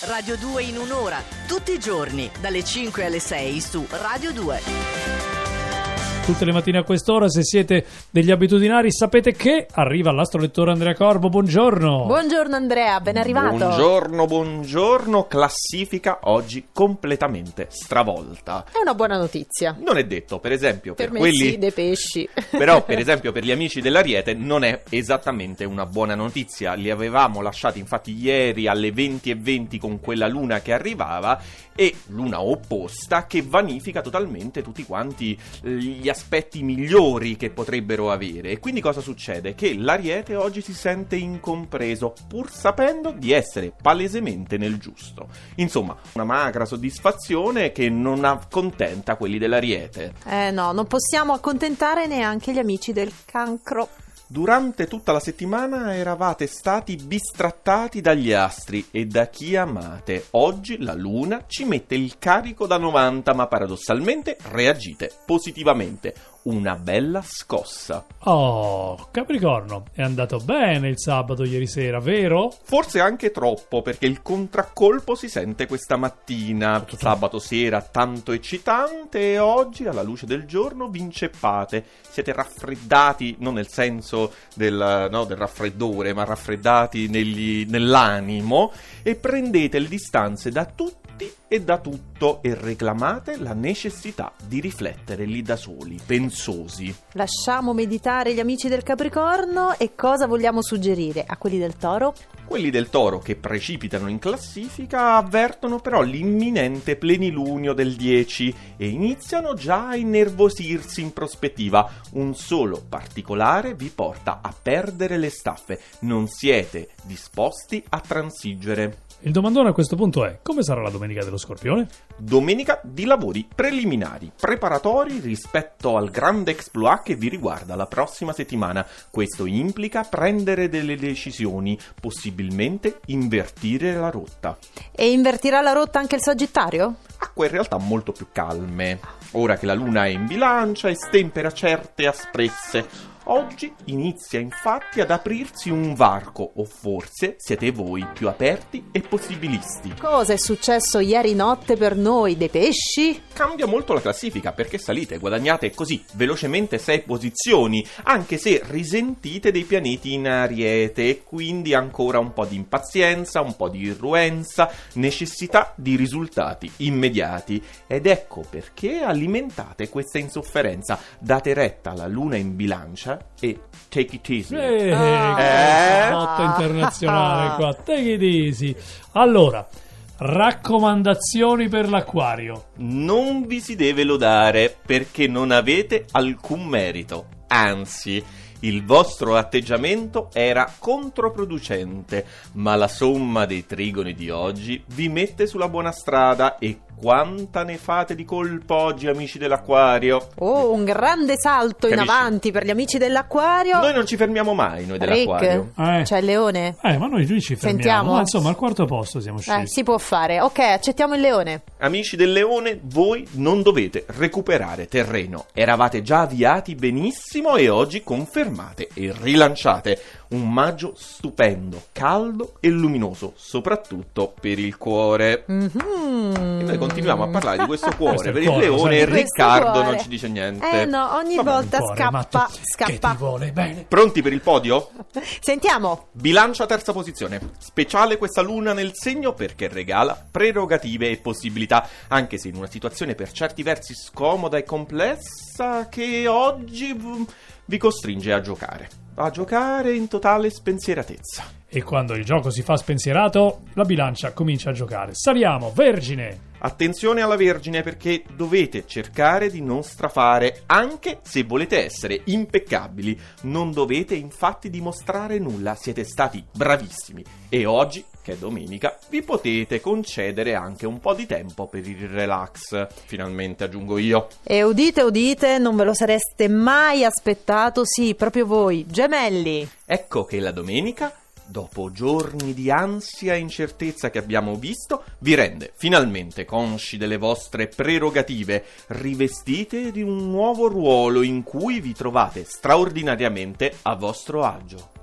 Radio 2 in un'ora, tutti i giorni, dalle 5 alle 6 su Radio 2. Tutte le mattine a quest'ora, se siete degli abitudinari, sapete che arriva l'astrolettore Andrea Corbo. Buongiorno. Buongiorno Andrea, ben arrivato. Buongiorno. Classifica oggi completamente stravolta. È una buona notizia. Non è detto, per esempio, per me quelli sì, dei pesci. Però, per esempio, per gli amici dell'Ariete non è esattamente una buona notizia. Li avevamo lasciati infatti ieri alle 20:20 con quella luna che arrivava e luna opposta che vanifica totalmente tutti quanti gli aspetti migliori che potrebbero avere. E quindi cosa succede? Che l'Ariete oggi si sente incompreso, pur sapendo di essere palesemente nel giusto. Insomma, una magra soddisfazione che non accontenta quelli dell'Ariete. No, non possiamo accontentare neanche gli amici del Cancro. Durante tutta la settimana eravate stati bistrattati dagli astri e da chi amate. Oggi la luna ci mette il carico da 90, ma paradossalmente reagite positivamente. Una bella scossa. Oh, Capricorno, è andato bene il sabato ieri sera, vero? Forse anche troppo, perché il contraccolpo si sente questa mattina. Sabato sera tanto eccitante e oggi, alla luce del giorno, vi inceppate. Siete raffreddati, non nel senso del raffreddore, ma raffreddati nell'animo e prendete le distanze da tutti e da tutto e reclamate la necessità di riflettere lì da soli, pensosi. Lasciamo meditare gli amici del Capricorno e cosa vogliamo suggerire a quelli del Toro? Quelli del Toro che precipitano in classifica avvertono però l'imminente plenilunio del 10 e iniziano già a innervosirsi in prospettiva. Un solo particolare vi porta a perdere le staffe. Non siete disposti a transigere. Il domandone a questo punto è: come sarà la domenica dello Scorpione? Domenica di lavori preliminari, preparatori rispetto al grande exploit che vi riguarda la prossima settimana. Questo implica prendere delle decisioni, possibilmente invertire la rotta. E invertirà la rotta anche il Sagittario? Acque in realtà molto più calme. Ora che la luna è in bilancia e stempera certe asprezze. Oggi inizia infatti ad aprirsi un varco, o forse siete voi più aperti e possibilisti. Cosa è successo ieri notte per noi dei pesci? Cambia molto la classifica perché salite, guadagnate così velocemente 6 posizioni, anche se risentite dei pianeti in Ariete e quindi ancora un po' di impazienza, un po' di irruenza, necessità di risultati immediati. Ed ecco perché alimentate questa insofferenza, date retta alla luna in bilancia e take it easy. Lotta internazionale qua, take it easy. Allora, raccomandazioni per l'Acquario. Non vi si deve lodare perché non avete alcun merito, anzi il vostro atteggiamento era controproducente, ma la somma dei trigoni di oggi vi mette sulla buona strada. E quanta ne fate di colpo oggi, amici dell'Acquario? Oh, un grande salto in avanti per gli amici dell'Acquario. Noi non ci fermiamo mai, noi dell'Acquario. C'è il Leone? Ma noi ci fermiamo. Sentiamo. Ma insomma, al quarto posto siamo usciti. Si può fare. Ok, accettiamo il Leone. Amici del Leone, voi non dovete recuperare terreno. Eravate già avviati benissimo e oggi confermate e rilanciate. Un maggio stupendo, caldo e luminoso, soprattutto per il cuore. E noi continuiamo a parlare di questo cuore per il Leone e Riccardo non ci dice niente. No, ogni volta scappa. Che ti vuole bene. Pronti per il podio? Sentiamo. Bilancia terza posizione. Speciale questa luna nel segno perché regala prerogative e possibilità, anche se in una situazione per certi versi scomoda e complessa che oggi vi costringe a giocare in totale spensieratezza. E quando il gioco si fa spensierato, la bilancia comincia a giocare. Saliamo, Vergine! Attenzione alla Vergine perché dovete cercare di non strafare, anche se volete essere impeccabili. Non dovete infatti dimostrare nulla, siete stati bravissimi. E oggi, che è domenica, vi potete concedere anche un po' di tempo per il relax. Finalmente, aggiungo io. E udite, non ve lo sareste mai aspettato, sì, proprio voi, gemelli. Ecco che la domenica, dopo giorni di ansia e incertezza che abbiamo visto, vi rende finalmente consci delle vostre prerogative, rivestite di un nuovo ruolo in cui vi trovate straordinariamente a vostro agio.